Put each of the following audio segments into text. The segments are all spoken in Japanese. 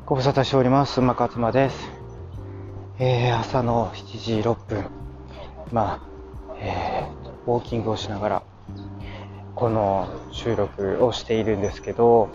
ご無沙汰しております。馬勝間です。朝の7時6分、ウォーキングをしながらこの収録をしているんですけど、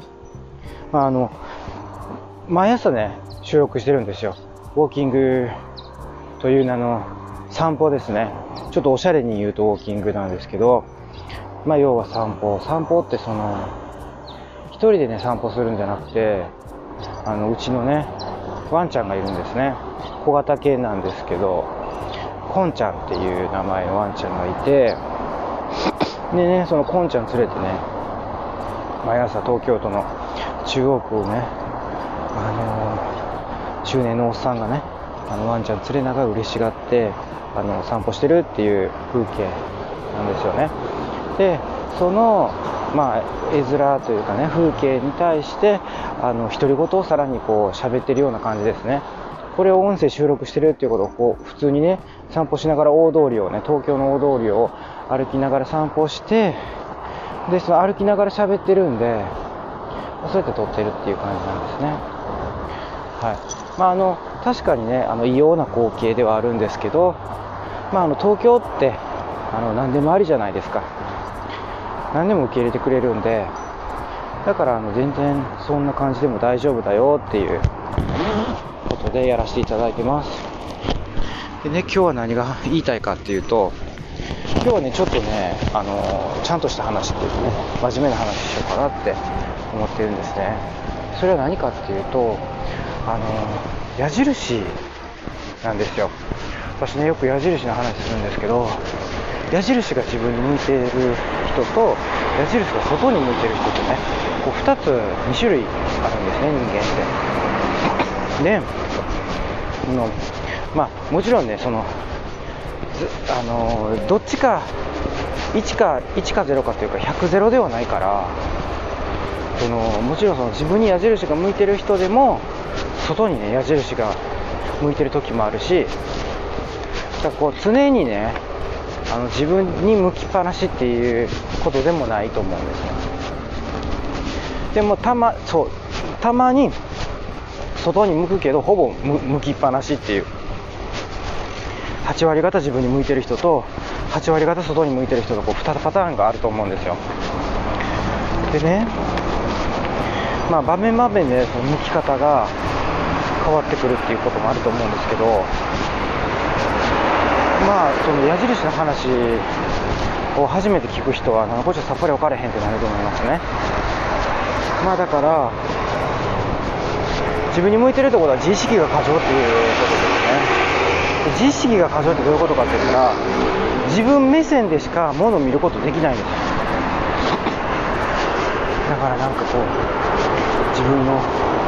毎朝ね収録してるんですよ。ウォーキングという名の散歩ですね。ちょっとおしゃれに言うとウォーキングなんですけど、要は散歩って一人でね散歩するんじゃなくて、うちのねワンちゃんがいるんですね。小型犬なんですけど、コンちゃんっていう名前のワンちゃんがいて、でね、そのコンちゃん連れてね、毎朝東京都の中央区をね、中年のおっさんがね、ワンちゃん連れながら嬉しがって散歩してるっていう風景なんですよね。で、その絵面というかね、風景に対して独り言をさらにこう喋ってるような感じですね。これを音声収録してるっていうことをこう普通にね散歩しながら大通りをね、東京の大通りを歩きながら散歩して、でその歩きながら喋ってるんで、そうやって撮ってるっていう感じなんですね。はい。確かにね異様な光景ではあるんですけど、東京って何でもありじゃないですか。何でも受け入れてくれるんで、だから全然そんな感じでも大丈夫だよっていうことでやらせていただいてます。でね、今日は何が言いたいかっていうと、今日はねちょっとねちゃんとした話っていうかね、真面目な話しようかなって思ってるんですね。それは何かっていうと、矢印なんですよ。私ねよく矢印の話するんですけど、矢印が自分に向いている人と矢印が外に向いている人とね、こう2種類あるんですね、人間って。で、もちろんねどっちか1か0かというか100、0ではないから、もちろん自分に矢印が向いてる人でも外にね矢印が向いてる時もあるし、だからこう常にね自分に向きっぱなしっていうことでもないと思うんですね。でもたまに外に向くけどほぼ向きっぱなしっていう、8割方自分に向いてる人と8割方外に向いてる人とこう2パターンがあると思うんですよ。でね、場面でその向き方が変わってくるっていうこともあると思うんですけど、その矢印の話を初めて聞く人はこっちはさっぱり分からへんってなると思いますね。だから自分に向いてるってことは自意識が過剰っていうことですね。自意識が過剰ってどういうことかって言ったら、自分目線でしか物を見ることできないんですよ。だからこう自分の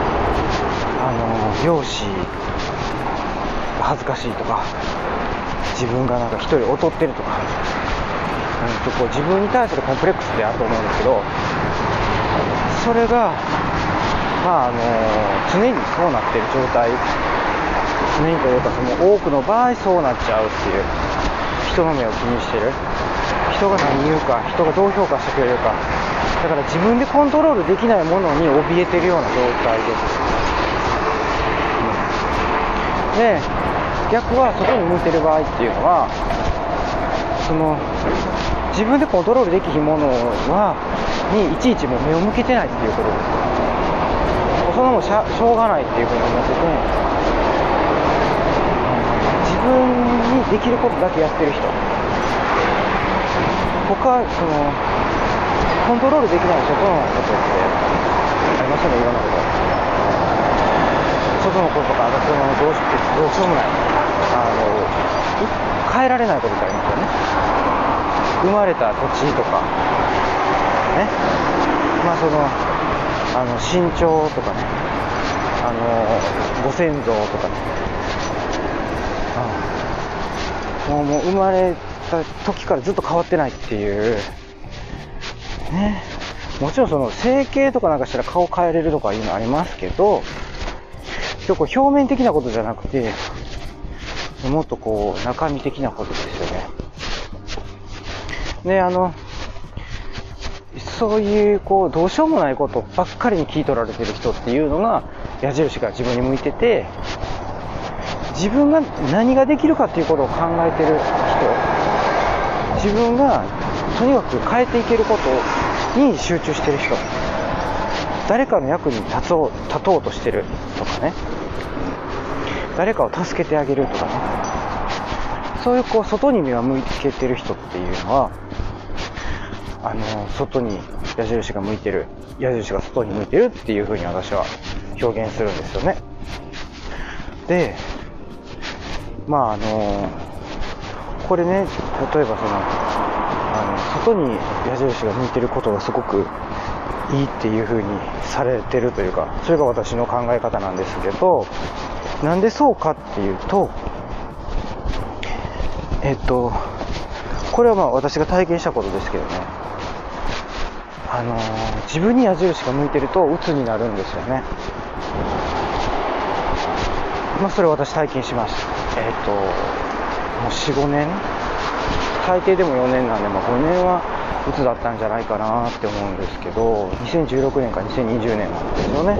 容姿が恥ずかしいとか、自分が一人劣ってるとか、こう自分に対するコンプレックスであると思うんですけど、それが常にそうなっている状態、常にというか多くの場合そうなっちゃうっていう、人の目を気にしてる、人が何言うか、人がどう評価してくれるか、だから自分でコントロールできないものに怯えてるような状態です。で、逆は外に向いてる場合っていうのは、自分でコントロールできひんものにいちいちもう目を向けてないっていうことです。そのもしょうがないっていうふうに思ってて、自分にできることだけやってる人、他コントロールできない外のことってありますよね、いろんなこと。外のこととかどうしようもない変えられないことってありますよね。生まれた土地とかね、身長とかね、ご先祖とかね、もう生まれた時からずっと変わってないっていうね。もちろん整形とかしたら顔変えれるとかいうのありますけど、結構表面的なことじゃなくて、もっとこう中身的なことですよね。で、そういうどうしようもないことばっかりに聞い取られてる人っていうのが矢印が自分に向いてて、自分が何ができるかっていうことを考えてる人、自分がとにかく変えていけることに集中してる人、誰かの役に立とうとしてるとかね、誰かを助けてあげるとかね、そういう外に目が向けてる人っていうのは、外に矢印が向いてる、矢印が外に向いてるっていう風に私は表現するんですよね。で、これね、例えば外に矢印が向いてることがすごくいいっていう風にされてるというか、それが私の考え方なんですけど、なんでそうかっていうと、これは私が体験したことですけどね、自分に矢印が向いてると鬱になるんですよね。それを私体験しました。もう 4,5 年、最低でも4年なんで、5年は鬱だったんじゃないかなって思うんですけど、2016年から2020年なんですよね。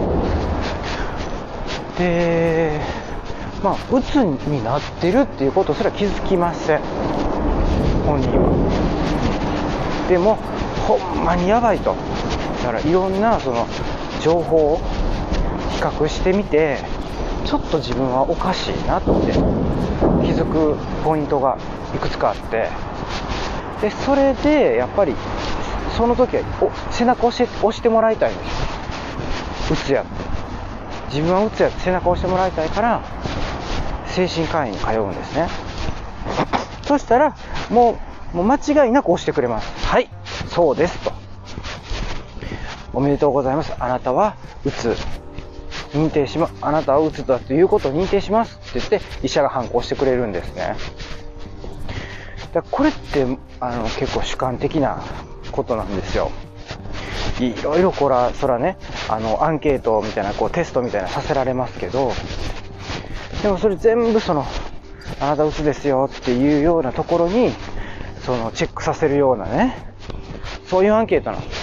で、鬱になってるっていうことすら気づきません、本人は。でもほんまにやばいと。だからいろんな情報を比較してみて、ちょっと自分はおかしいなって気づくポイントがいくつかあって、でそれでやっぱりその時は背中を押してもらいたいんですよ。鬱やって、自分は鬱やって背中を押してもらいたいから精神科医に通うんですね。そしたらもう間違いなく押してくれます。はい、そうですと、おめでとうございます、あなたは鬱認定しあなたは鬱だということを認定しますって言って医者が判子してくれるんですね。だこれって結構主観的なことなんですよ。いろいろそらね、アンケートみたいなテストみたいなさせられますけど、でもそれ全部あなた鬱ですよっていうようなところにチェックさせるようなね、そういうアンケートなんです。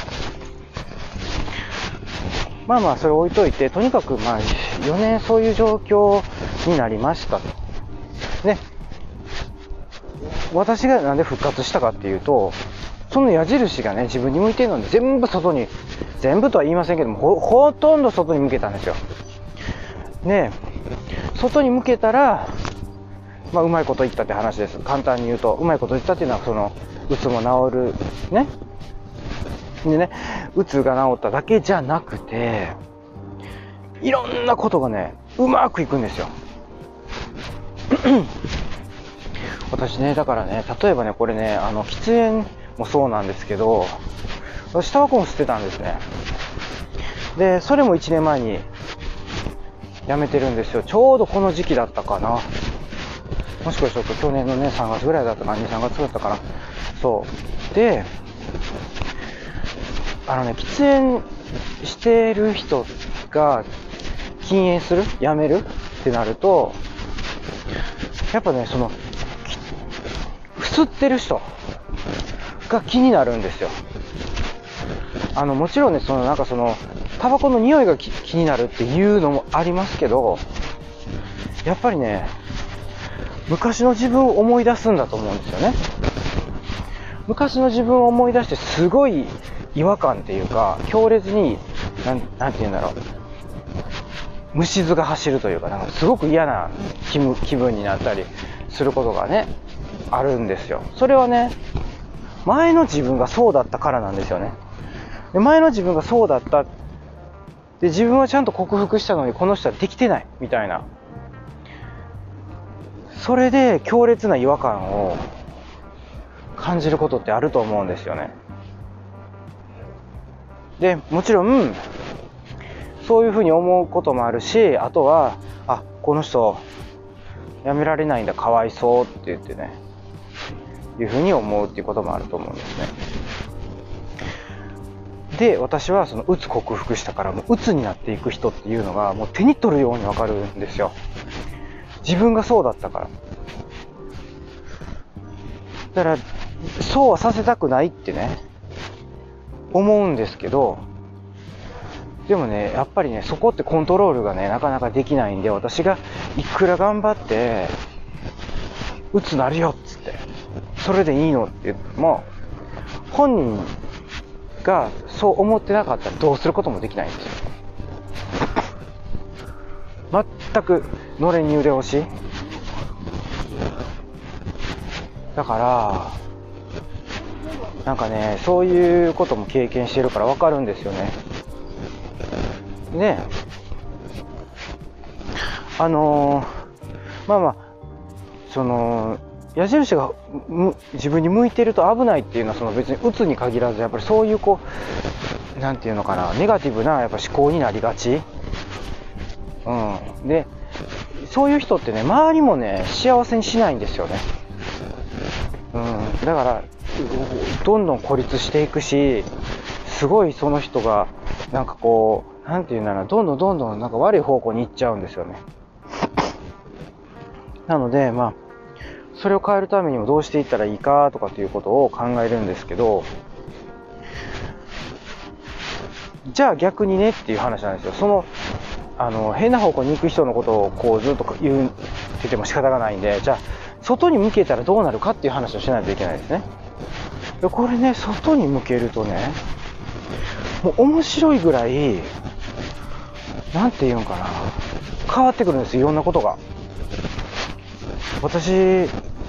それ置いといて、とにかく4年そういう状況になりましたと。ね、私がなんで復活したかっていうと、その矢印がね、自分に向いてるので、全部外に、全部とは言いませんけども、ほとんど外に向けたんですよ。ね、外に向けたら、うまいこと言ったって話です。簡単に言うと、うまいこと言ったっていうのは、鬱も治るね。でね、鬱が治っただけじゃなくて、いろんなことがね、うまくいくんですよ。私ね、だからね、例えばね、これね、喫煙もそうなんですけど、私タバコも吸ってたんですね。で、それも1年前にやめてるんですよ。ちょうどこの時期だったかな。もしかしたら去年のね、3月ぐらいだったかな、2、3月だったかな。そう。で、喫煙してる人が禁煙する、やめるってなると、やっぱね、吸ってる人が気になるんですよ。もちろんね、タバコの匂いが気になるっていうのもありますけど、やっぱりね、昔の自分を思い出すんだと思うんですよね。昔の自分を思い出して、すごい違和感っていうか、強烈になんて言うんだろう、虫唾が走るというか、すごく嫌な気分になったりすることがね、あるんですよ。それはね、前の自分がそうだったからなんですよね。で、前の自分がそうだった。で、自分はちゃんと克服したのにこの人はできてないみたいな。それで強烈な違和感を感じることってあると思うんですよね。で、もちろんそういうふうに思うこともあるし、あとはこの人やめられないんだ、かわいそうって言ってね、いうふうに思うっていうこともあると思うんですね。で、私は鬱克服したから、もう鬱になっていく人っていうのがもう手に取るようにわかるんですよ。自分がそうだったから。だからそうはさせたくないってね、思うんですけど、 でもね、やっぱりね、そこってコントロールがね、なかなかできないんで、私がいくら頑張って、鬱なるよっつって、それでいいのって言っても、本人がそう思ってなかったらどうすることもできないんですよ。全くのれんに腕押し。だからなんかね、そういうことも経験してるから分かるんですよね。で、まあまあその矢印が自分に向いてると危ないっていうのは、その別に鬱に限らず、やっぱりそういうこう、なんていうのかな、ネガティブなやっぱ思考になりがち。で、そういう人ってね、周りもね、幸せにしないんですよね。だからどんどん孤立していくし、すごいその人がなんかこう、なんていうんだろう、どんどんなんか悪い方向に行っちゃうんですよね。なので、まあそれを変えるためにもどうしていったらいいかとかっていうことを考えるんですけど、じゃあ逆にねっていう話なんですよ。その変な方向に行く人のことをこうずっと言ってても仕方がないんで、じゃあ外に向けたらどうなるかっていう話をしないといけないですね。でこれね、外に向けるとね、もう面白いぐらい、なんていうのかな、変わってくるんですよ、いろんなことが。私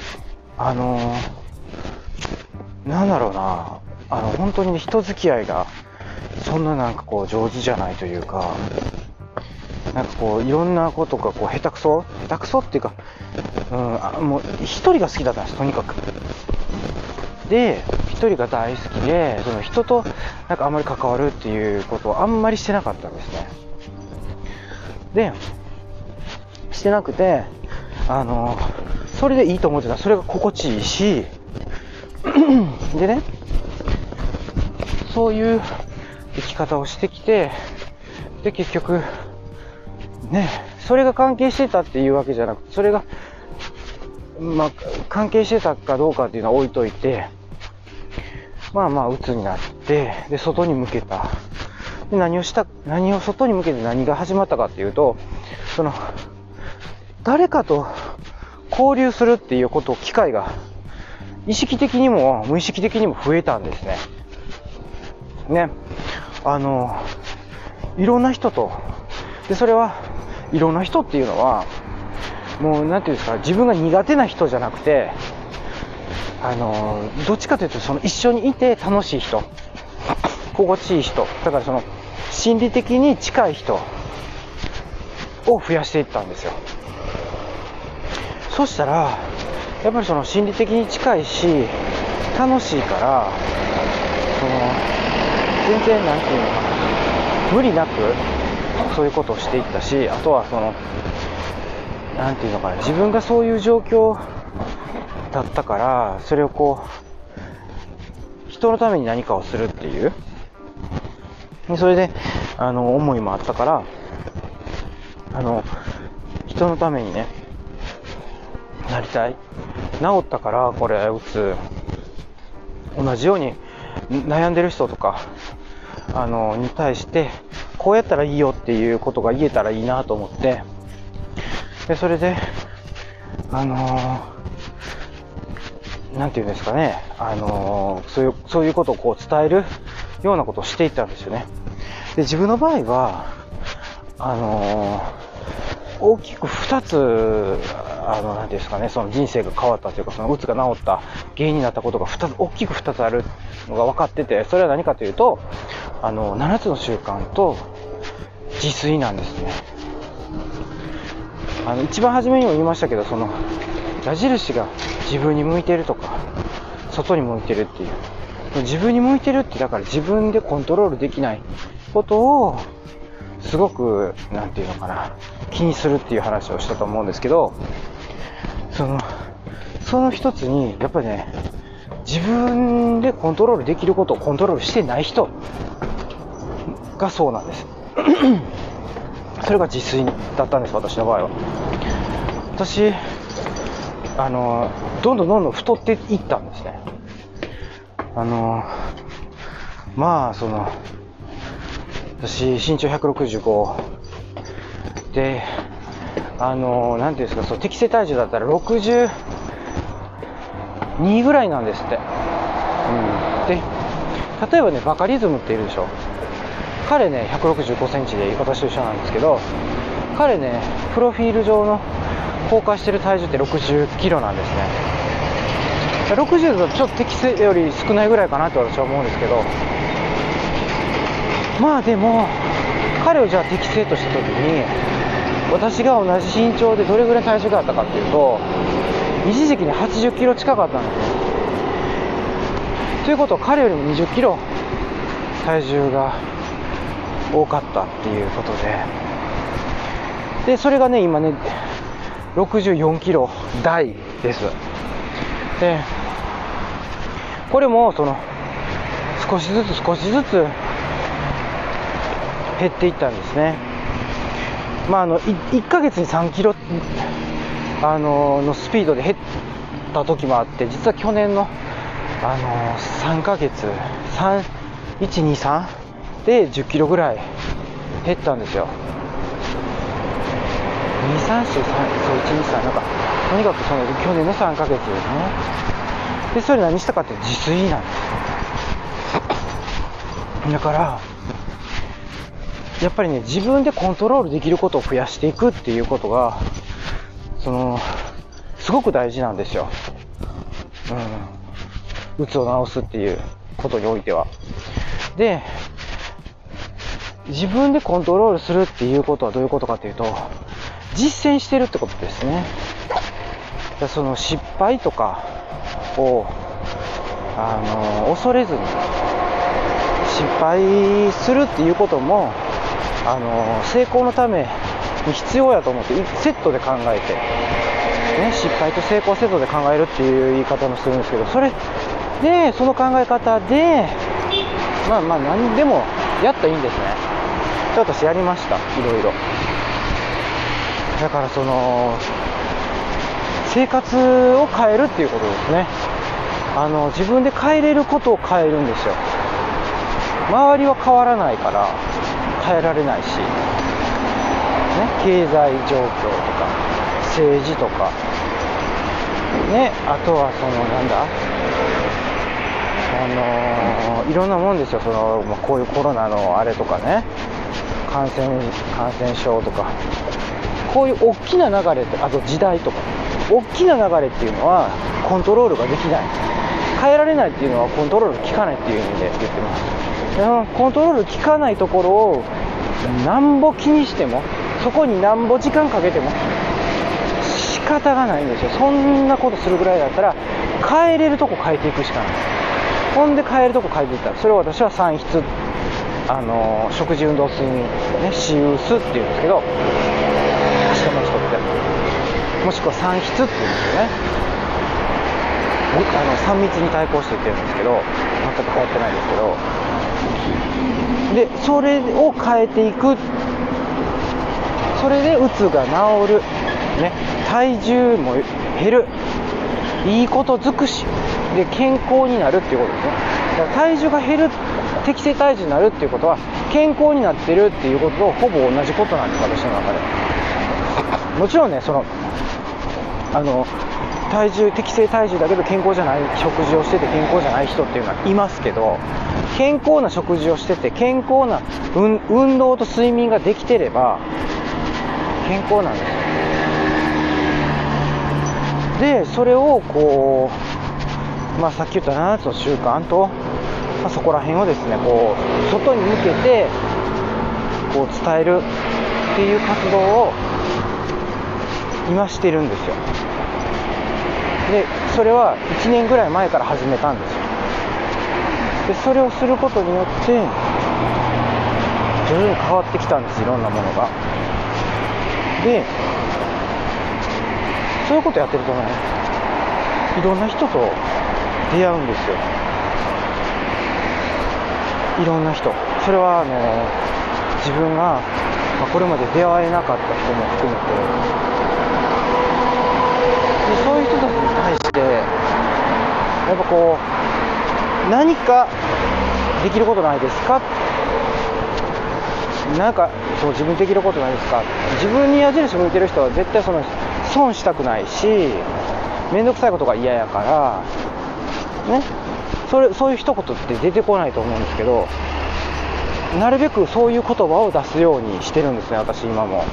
なんだろうな、本当に人付き合いがそんななんかこう上手じゃないというか、なんかこういろんなことがこう下手くそっていうか、もう一人が好きだったんです、とにかく。で、一人が大好きで、その人となんかあんまり関わるっていうことをあんまりしてなかったんですね。で、してなくて、それでいいと思ってた。それが心地いいしでね、そういう生き方をしてきて、で結局ね、それが関係してたっていうわけじゃなくて、それがまあ関係してたかどうかっていうのは置いといて、まあ鬱になって、で外に向けた。で何を外に向けて何が始まったかっていうと、その誰かと交流するっていうこと、機会が意識的にも無意識的にも増えたんですね。ね、いろんな人と、でそれはいろんな人っていうのはもうなんていうんですか、自分が苦手な人じゃなくて、どっちかというとその一緒にいて楽しい人、心地いい人、だからその心理的に近い人を増やしていったんですよ。そしたらやっぱりその心理的に近いし楽しいから、その全然なんていうのかな、無理なくそういうことをしていったし、あとはそのなんていうのかな、自分がそういう状況だったから、それをこう人のために何かをするっていう、それで思いもあったから、人のためにねなりたい。治ったからこれうつ、同じように悩んでる人とかに対してこうやったらいいよっていうことが言えたらいいなと思って、でそれでなんていうんですかね、そういうことをこう伝えるようなことをしていったんですよね。で自分の場合は大きく2つなんていうんですかね、その人生が変わったというか、そのうつが治った原因になったことが大きく2つあるのが分かってて、それは何かというと7つの習慣と自炊なんですね。一番初めにも言いましたけど、その矢印が自分に向いてるとか外に向いてるっていう、自分に向いてるって、だから自分でコントロールできないことをすごくなんていうのかな、気にするっていう話をしたと思うんですけど、その一つにやっぱりね、自分でコントロールできることをコントロールしてない人がそうなんですそれが自炊だったんです、私の場合は。私どんどん太っていったんですね。まあ私身長165で、なんていうんですか、そう適正体重だったら62ぐらいなんですって。で、例えばね、バカリズムっているでしょ。彼ね、165センチで私と一緒なんですけど、彼ね、プロフィール上の公開してる体重って60キロなんですね。60だとちょっと適正より少ないぐらいかなと私は思うんですけど、まあでも彼をじゃあ適正とした時に、私が同じ身長でどれぐらい体重があったかっていうと、一時期に80キロ近かったんですね。ということは彼よりも20キロ体重が多かったっていうことで、それがね今ね64キロ台です。で、これもその少しずつ減っていったんですね。1ヶ月に3キロのスピードで減った時もあって、実は去年の3ヶ月123で10キロぐらい減ったんですよ。2、3、4、3、そう、1、2、3、なんかとにかくその去年の3ヶ月ですね。で、それ何したかって自炊なんです。だからやっぱりね、自分でコントロールできることを増やしていくっていうことがすごく大事なんですよ。うつを治すっていうことにおいては。で、自分でコントロールするっていうことはどういうことかというと、実践してるってことですね。その失敗とかを恐れずに、失敗するっていうことも成功のために必要やと思ってセットで考えて、ね、失敗と成功をセットで考えるっていう言い方もするんですけど、それでその考え方で何でもやったらいいんですね。私やりました、いろいろ。だから生活を変えるっていうことですね。自分で変えれることを変えるんですよ。周りは変わらないから変えられないし、ね、経済状況とか政治とかね、あとはいろんなもんですよ。こういうコロナのあれとかね、感染症とか、こういう大きな流れって、あと時代とか大きな流れっていうのはコントロールができない、変えられないっていうのはコントロールが効かないっていう意味で言ってます。コントロール効かないところをなんぼ気にしても、そこになんぼ時間かけても仕方がないんですよ。そんなことするぐらいだったら変えれるとこ変えていくしかない。ほんで変えるとこ変えていったら、それを私は3質、食事運動睡眠ね、シウスっていうんですけど、足の人ってもしくは3質っていうんですよね。3密に対抗して言ってるんですけど、全く変わってないですけど、でそれを変えていく。それでうつが治る、ね、体重も減る、いいこと尽くしで健康になるっていうことですね。だから体重が減る、適正体重になるっていうことは健康になってるっていうこととほぼ同じことなんです、私の中で。もちろんね、適正体重だけど健康じゃない食事をしてて健康じゃない人っていうのはいますけど、健康な食事をしてて健康な運動と睡眠ができてれば健康なんですよ。でそれをさっき言った7つの習慣と、そこら辺をですね外に向けて伝えるっていう活動を今してるんですよ。でそれは1年ぐらい前から始めたんですよ。でそれをすることによって徐々に変わってきたんです、いろんなものが。でそういうことやってるとね、いろんな人と出会うんですよ。いろんな人、それは自分が、これまで出会えなかった人も含めて、でそういう人たちに対してやっぱ何かできることないですかっなんかそう自分にできることないですか。自分に矢印向いてる人は絶対その損したくないし、面倒くさいことが嫌やからね、そういう一言って出てこないと思うんですけど、なるべくそういう言葉を出すようにしてるんですね、私今も。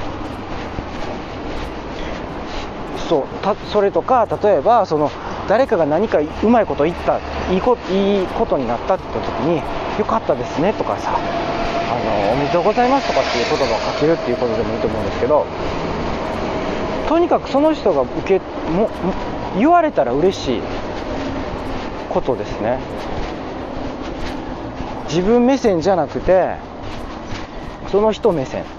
それとか、例えばその誰かが何かうまいこと言った、いいことになったって言った時に、よかったですねとかさ、おめでとうございますとかっていう言葉をかけるっていうことでもいいと思うんですけど、とにかくその人が言われたら嬉しいことですね。自分目線じゃなくてその人目線、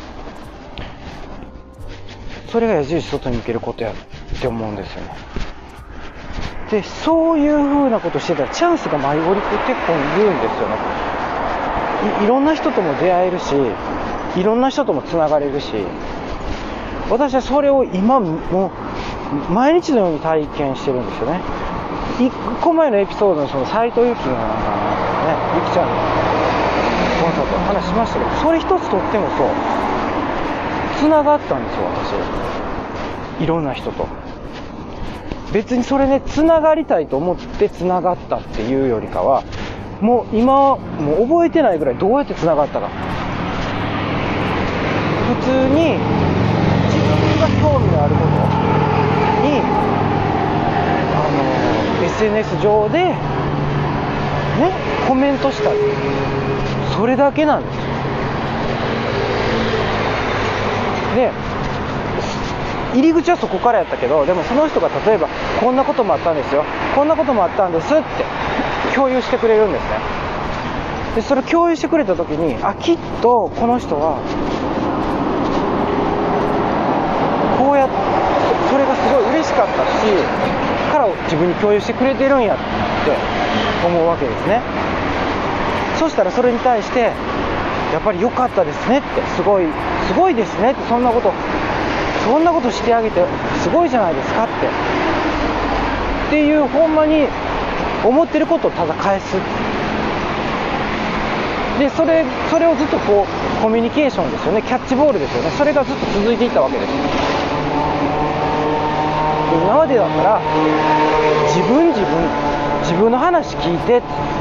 それが矢印外に向けることやって思うんですよね。でそういう風なことしてたらチャンスが舞い降りて結構いるんですよね。いろんな人とも出会えるし、いろんな人ともつながれるし、私はそれを今もう毎日のように体験してるんですよね。1個前のエピソードのその斉藤由貴のなんかね、ゆきちゃんのコンサートの話しましたけど、それ一つとってもそうつながったんですよ、私いろんな人と。別にそれね、つながりたいと思ってつながったっていうよりかは、もう今もう覚えてないぐらいどうやってつながったか。普通に自分が興味のあることにSNS 上でねコメントしたり、それだけなんですよ。で入り口はそこからやったけど、でもその人が例えばこんなこともあったんですよ、こんなこともあったんですって共有してくれるんですね。でそれ共有してくれた時に、きっとこの人はこうやってそれがすごい嬉しかったしから自分に共有してくれてるんやって思うわけですね。そしたらそれに対してやっぱり良かったですねって、すごいですねって、そんなことしてあげてすごいじゃないですかっていうほんまに思ってることをただ返す。でそれをずっとこうコミュニケーションですよね、キャッチボールですよね。それがずっと続いていったわけです。で今までだったら自分の話聞いて、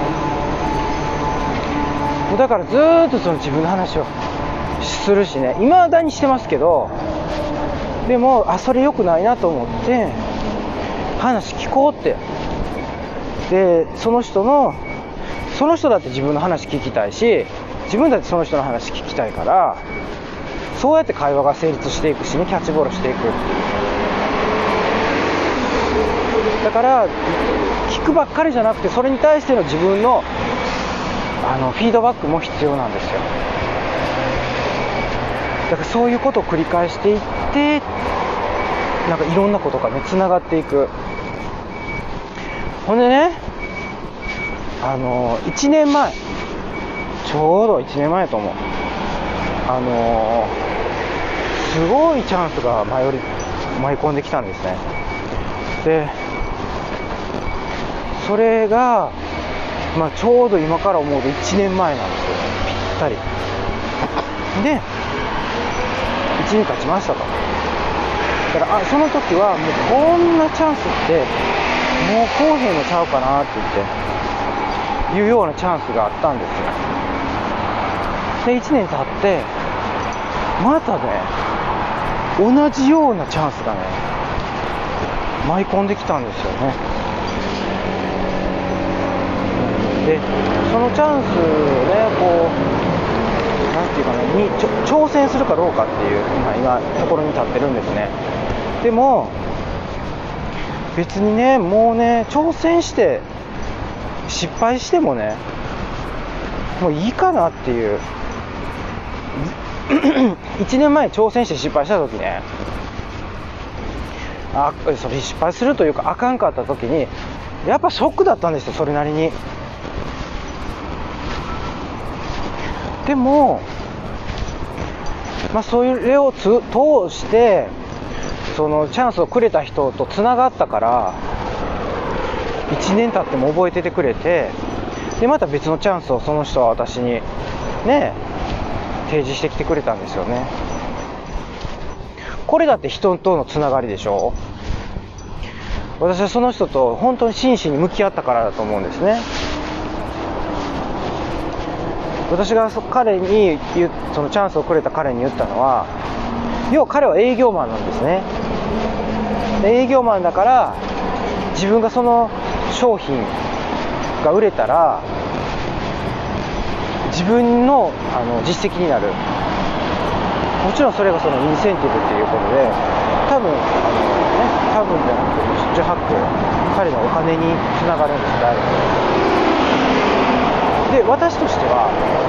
だからずーっとその自分の話をするしね、未だにしてますけど、でもそれ良くないなと思って話聞こうって。でその人だって自分の話聞きたいし、自分だってその人の話聞きたいから、そうやって会話が成立していくしね、キャッチボールしていく。だから聞くばっかりじゃなくて、それに対しての自分のフィードバックも必要なんですよ。だからそういうことを繰り返していって、なんかいろんなことがねつながっていく。ほんでね、1年前、ちょうど1年前だと思う、すごいチャンスが舞い込んできたんですね。でそれが、ちょうど今から思うと1年前なんですよ、ぴったり。で1年経ちましたと。だからその時はもうこんなチャンスってもうこうへんのちゃうかなっていうようなチャンスがあったんですよ。で1年経ってまたね同じようなチャンスがね舞い込んできたんですよね。でそのチャンスをねこうなんていうかねに挑戦するかどうかっていう今ところに立ってるんですね。でも別にねもうね挑戦して失敗してもねもういいかなっていう1年前挑戦して失敗した時ね、それ失敗するというかあかんかった時にやっぱショックだったんですよ、それなりに。でもそれを通してそのチャンスをくれた人とつながったから1年経っても覚えててくれて、でまた別のチャンスをその人は私にね提示してきてくれたんですよね。これだって人とのつながりでしょ。私はその人と本当に真摯に向き合ったからだと思うんですね。私が彼にそのチャンスをくれた彼に言ったのは、要は彼は営業マンなんですね。営業マンだから自分がその商品が売れたら自分の実績になる。もちろんそれがそのインセンティブっていうことで、多分じゃなくて18個彼のお金につながるんです。で、私としては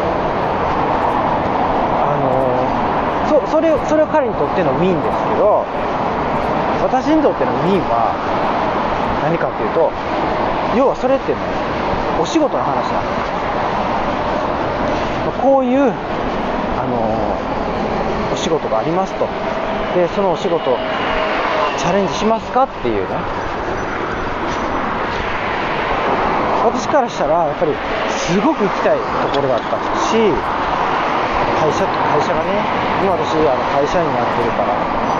それは彼にとってのウィンですけど、私にとってのウィンは何かっていうと、要はそれってね、お仕事の話なんです。こういうお仕事がありますと。で、そのお仕事チャレンジしますかっていうね。私からしたらやっぱりすごく行きたいところだったし、会社がね、今私会社員になってるから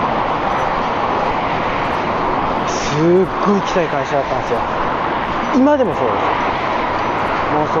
すっごい行きたい会社だったんですよ。今でもそうです。もう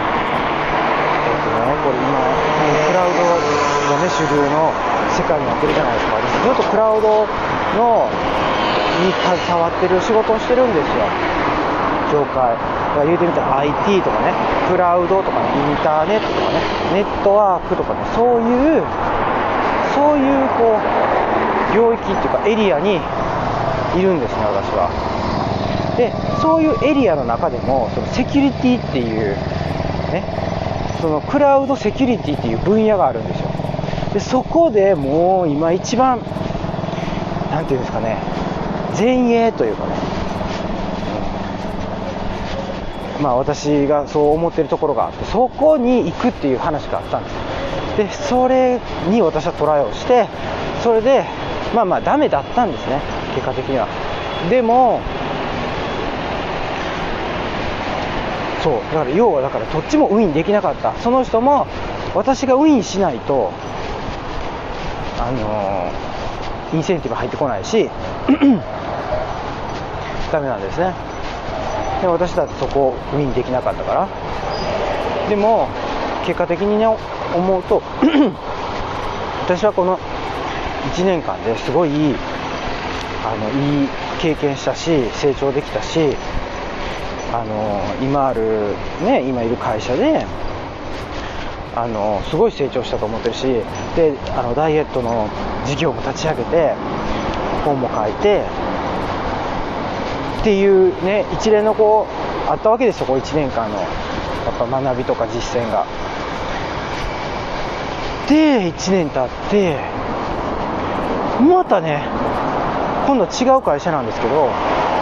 これ今クラウドがね主流の世界になってるじゃないですか。ずっとクラウドに携わってる仕事をしてるんですよ、業界。言うてみたら IT とかね、クラウドとかね、インターネットとかね、ネットワークとかね、そういうこう領域っていうかエリアにいるんですね、私は。で、そういうエリアの中でもそのセキュリティっていうね、そのクラウドセキュリティっていう分野があるんですよ。で、そこでもう今一番なんていうんですかね、前衛というかね、私がそう思ってるところがあって、そこに行くっていう話があったんです。で、それに私はトライをして、それでダメだったんですね、結果的には。でもそうだから、要はどっちもウィンできなかった。その人も私がウィンしないとインセンティブ入ってこないしダメなんですね。で、私だってそこをウィンできなかったから。でも結果的にね、思うと私はこの1年間ですごいいい経験したし、成長できたし、今いる会社ですごい成長したと思ってるし、でダイエットの事業も立ち上げて、本も書いてっていうね、一連のあったわけですよ、1年間のやっぱ学びとか実践が。で、1年経ってまたね、今度は違う会社なんですけど、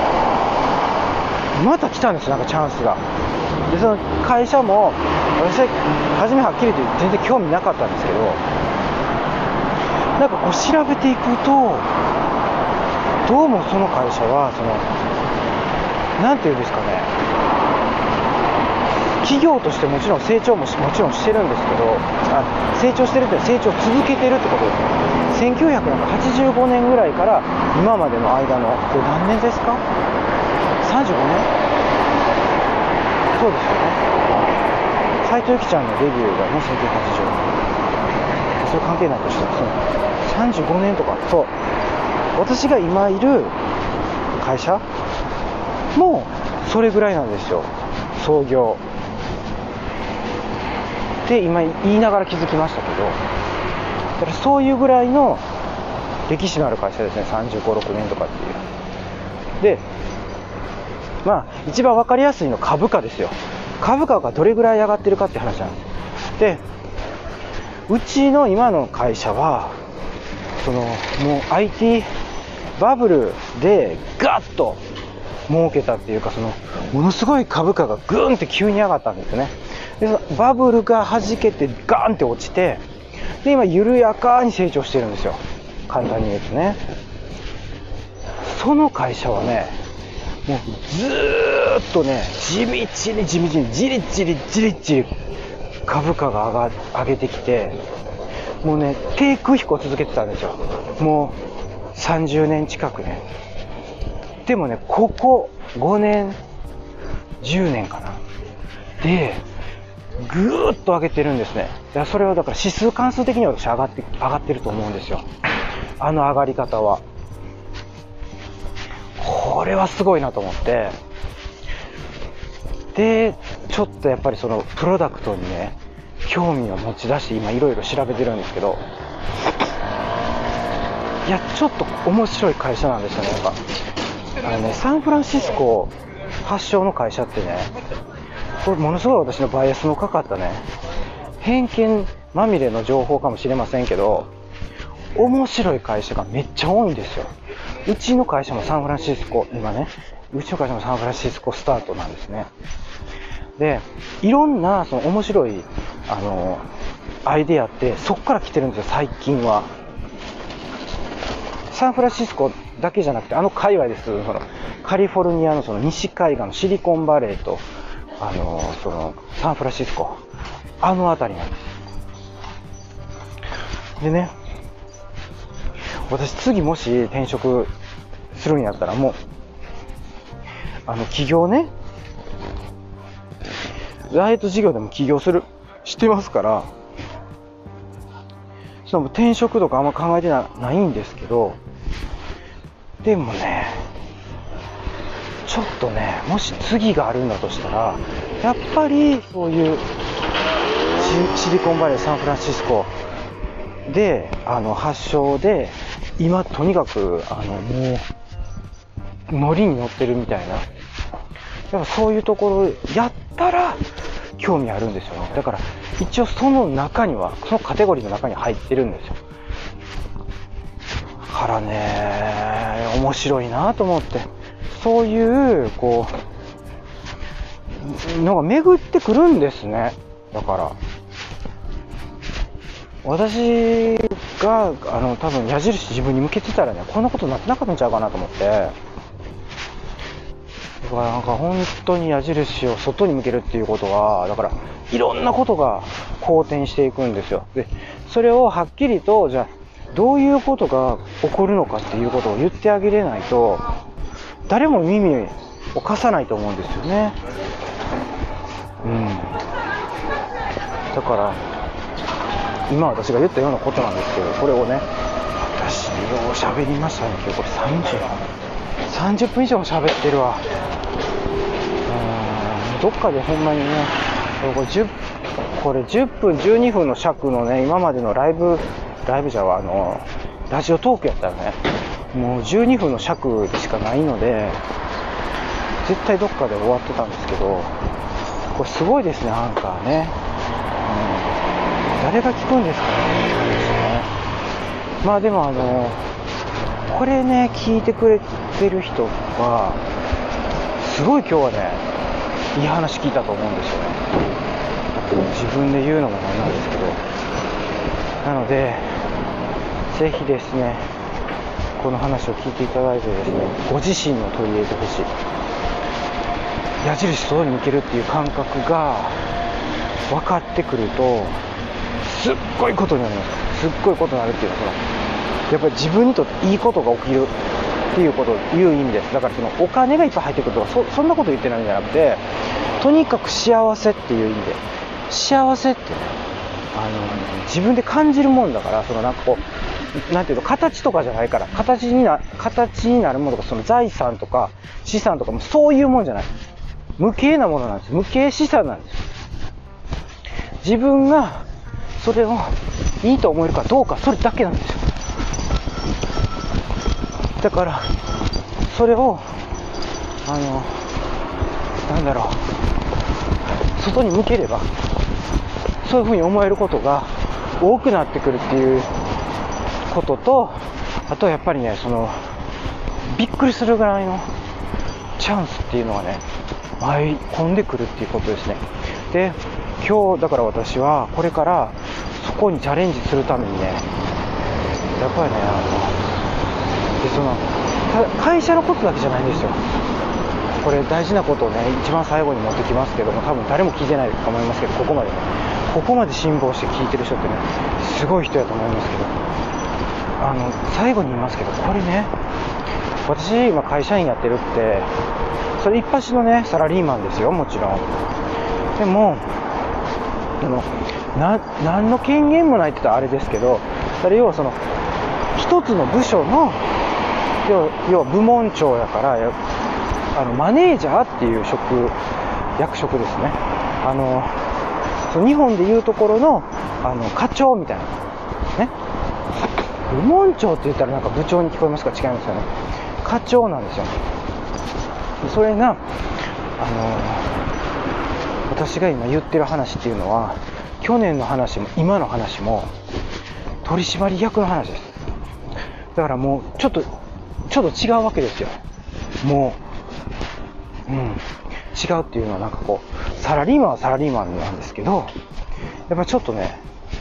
また来たんですよ、チャンスが。で、その会社も私は初めはっきり言って全然興味なかったんですけど、調べていくと、どうもその会社はなんていうんですかね、企業としてもちろん成長ももちろんしてるんですけど、成長してるって成長を続けてるってことですね。1985年ぐらいから今までの間の、これ何年ですか？35年？そうですよね。斉藤由貴ちゃんのデビューがね、1980年。それ関係ないとしても、35年とか。そう、私が今いる会社もうそれぐらいなんですよ、創業で。今言いながら気づきましたけど、だからそういうぐらいの歴史のある会社ですね、35、6年とかっていう。で、一番分かりやすいのは株価ですよ。株価がどれぐらい上がってるかって話なんです。で、うちの今の会社はもう IT バブルでガッと儲けたっていうか、ものすごい株価がグーンって急に上がったんですよね。で、バブルが弾けてガーンって落ちて、で今緩やかに成長してるんですよ、簡単に言うとね。その会社はね、もうずーっとね、地道にじりじり株価が上げてきて、 もうね低空飛行続けてたんですよ。もう30年近くね。でもねここ5年10年かなでぐーっと上げてるんですね。それはだから指数関数的には私上がってると思うんですよ。あの上がり方はこれはすごいなと思って、でちょっとやっぱりそのプロダクトにね興味を持ち出して今いろいろ調べてるんですけど、いやちょっと面白い会社なんですよね。やっぱサンフランシスコ発祥の会社ってね、これものすごい私のバイアスのかかったね偏見まみれの情報かもしれませんけど、面白い会社がめっちゃ多いんですよ。うちの会社もサンフランシスコ、今ねうちの会社もサンフランシスコスタートなんですね。でいろんなその面白いアイデアってそこから来てるんですよ。最近はサンフランシスコだけじゃなくて界隈です。そのカリフォルニアのその西海岸のシリコンバレーとそのサンフランシスコ辺りなんです。でね私次もし転職するんやったらもう起業ねダイエット事業でも起業してますから、その転職とかあんま考えてないんですけど、でもねちょっとねもし次があるんだとしたらやっぱりそういうシリコンバレーサンフランシスコで発祥で今とにかくもうノリに乗ってるみたいな、やっぱそういうところやったら興味あるんですよね。だから一応その中にはそのカテゴリーの中に入ってるんですよ。だからね面白いなと思って、そういうこうのが巡ってくるんですね。だから私が多分矢印自分に向けてたらねこんなことになってなかったんちゃうかなと思って、だからなんか本当に矢印を外に向けるっていうことはだからいろんなことが好転していくんですよ。でそれをはっきりとじゃあどういうことが起こるのかっていうことを言ってあげれないと誰も耳を貸さないと思うんですよね。だから今私が言ったようなことなんですけど、これをね私よう喋りましたね。今日これ30分以上も喋ってるわ。どっかでほんまにねこれ10分12分の尺のね今までのライブじゃラジオトークやったらねもう12分の尺でしかないので絶対どっかで終わってたんですけど、これすごいですねアンカーね。誰が聞くんですかね。まあでもこれね聞いてくれてる人はすごい今日はねいい話聞いたと思うんですよね。自分で言うのもなんなんですけど、なのでぜひですねこの話を聞いていただいてですねご自身の取り入れてほしい矢印外に向けるっていう感覚が分かってくるとすっごいことになります。すっごいことになるっていうのはやっぱり自分にとっていいことが起きるっていうことを言う意味です。だからそのお金がいっぱい入ってくるとか そんなこと言ってないんじゃなくて、とにかく幸せっていう意味で幸せってね自分で感じるもんだから、そのなんかこうなんていうの形とかじゃないから形になるものとかその財産とか資産とかもそういうもんじゃない、無形なものなんです。無形資産なんです。自分がそれをいいと思えるかどうかそれだけなんですよ。だからそれを外に向ければそういうふうに思えることが多くなってくるっていうことと、あとやっぱりねびっくりするぐらいのチャンスっていうのがね舞い込んでくるっていうことですね。で今日だから私はこれからそこにチャレンジするためにねやっぱりね会社のことだけじゃないんですよ。これ大事なことをね一番最後に持ってきますけども、多分誰も聞いてないと思いますけど、ここまでねここまで辛抱して聞いてる人ってね、すごい人やと思いますけど、最後に言いますけど、これね、私今会社員やってるって、それ一発のねサラリーマンですよ、もちろん。でも何の権限もないって言ったらあれですけど、要はその一つの部署の要は部門長やから、マネージャーっていう役職ですね。日本でいうところの課長みたいなね。部門長って言ったらなんか部長に聞こえますか？違いますよね。課長なんですよ。それが私が今言ってる話っていうのは、去年の話も今の話も取締役の話です。だからもうちょっと違うわけですよ。もう、違うっていうのはなんかこう、サラリーマンはサラリーマンなんですけど、やっぱちょっとね、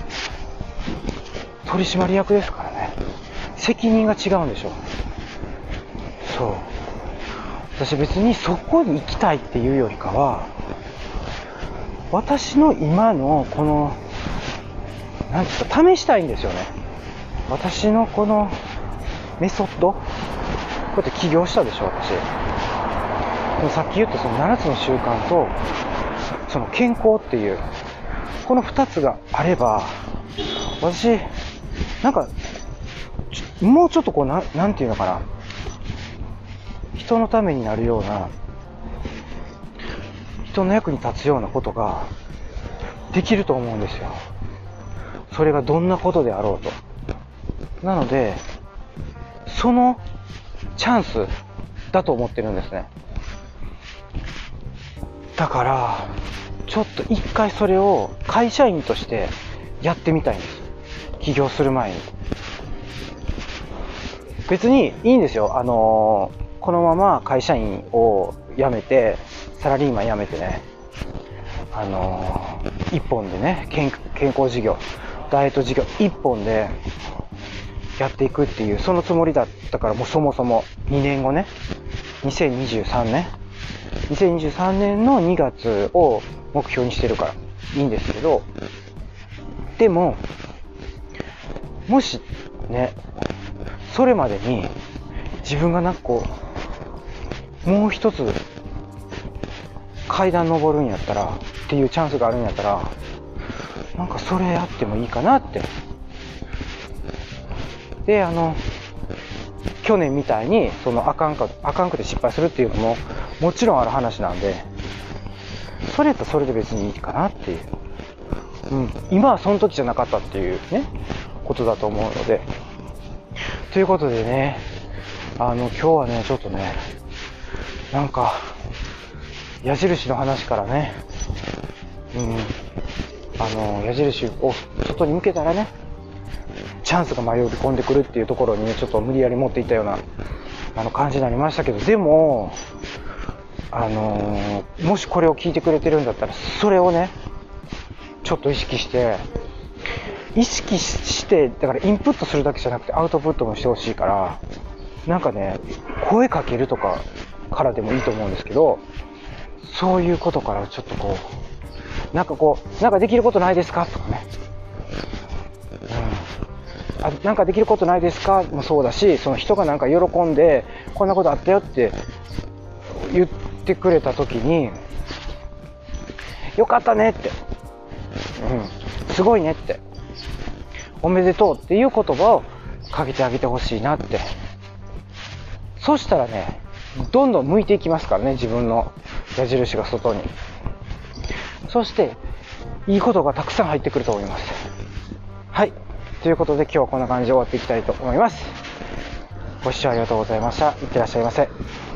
取締役ですからね、責任が違うんでしょう。そう。私別にそこに行きたいっていうよりかは、私の今のこのなんですか、試したいんですよね。私のこのメソッド、こうやって起業したでしょ、私。でもさっき言ったその7つの習慣とその健康っていうこの2つがあれば、私なんかもうちょっとこうなんていうのかな、人のためになるような、人の役に立つようなことができると思うんですよ。それがどんなことであろうと。なのでそのチャンスだと思ってるんですね。だからちょっと一回それを会社員としてやってみたいんです。起業する前に。別にいいんですよ。このまま会社員を辞めて、サラリーマン辞めてね、一本でね、健康事業、ダイエット事業一本でやっていくっていう、そのつもりだったから、もうそもそも2年後ね、2023年の2月を目標にしてるからいいんですけど、でももしね、それまでに自分がなんかこうもう一つ階段登るんやったらっていうチャンスがあるんやったら、なんかそれやってもいいかなって。で去年みたいにそのあかんくて失敗するっていうのももちろんある話なんで、それやったらそれで別にいいかなっていう、今はその時じゃなかったっていうねことだと思うので、ということでね、今日はねちょっとね、なんか矢印の話からね、矢印を外に向けたらね、チャンスが迷い込んでくるっていうところにね、ちょっと無理やり持っていったような感じになりましたけど、でももしこれを聞いてくれてるんだったら、それをねちょっと意識してだからインプットするだけじゃなくてアウトプットもしてほしいから、なんかね、声かけるとかからでもいいと思うんですけど、そういうことからちょっとなんかできることないですかとかね、なんかできることないですかもそうだし、その人がなんか喜んでこんなことあったよって言ってくれた時に、よかったねって、すごいねって、おめでとうっていう言葉をかけてあげてほしいなって。そしたらね、どんどん向いていきますからね、自分の矢印が外に。そしていいことがたくさん入ってくると思います。はい、ということで今日はこんな感じで終わっていきたいと思います。ご視聴ありがとうございました。いってらっしゃいませ。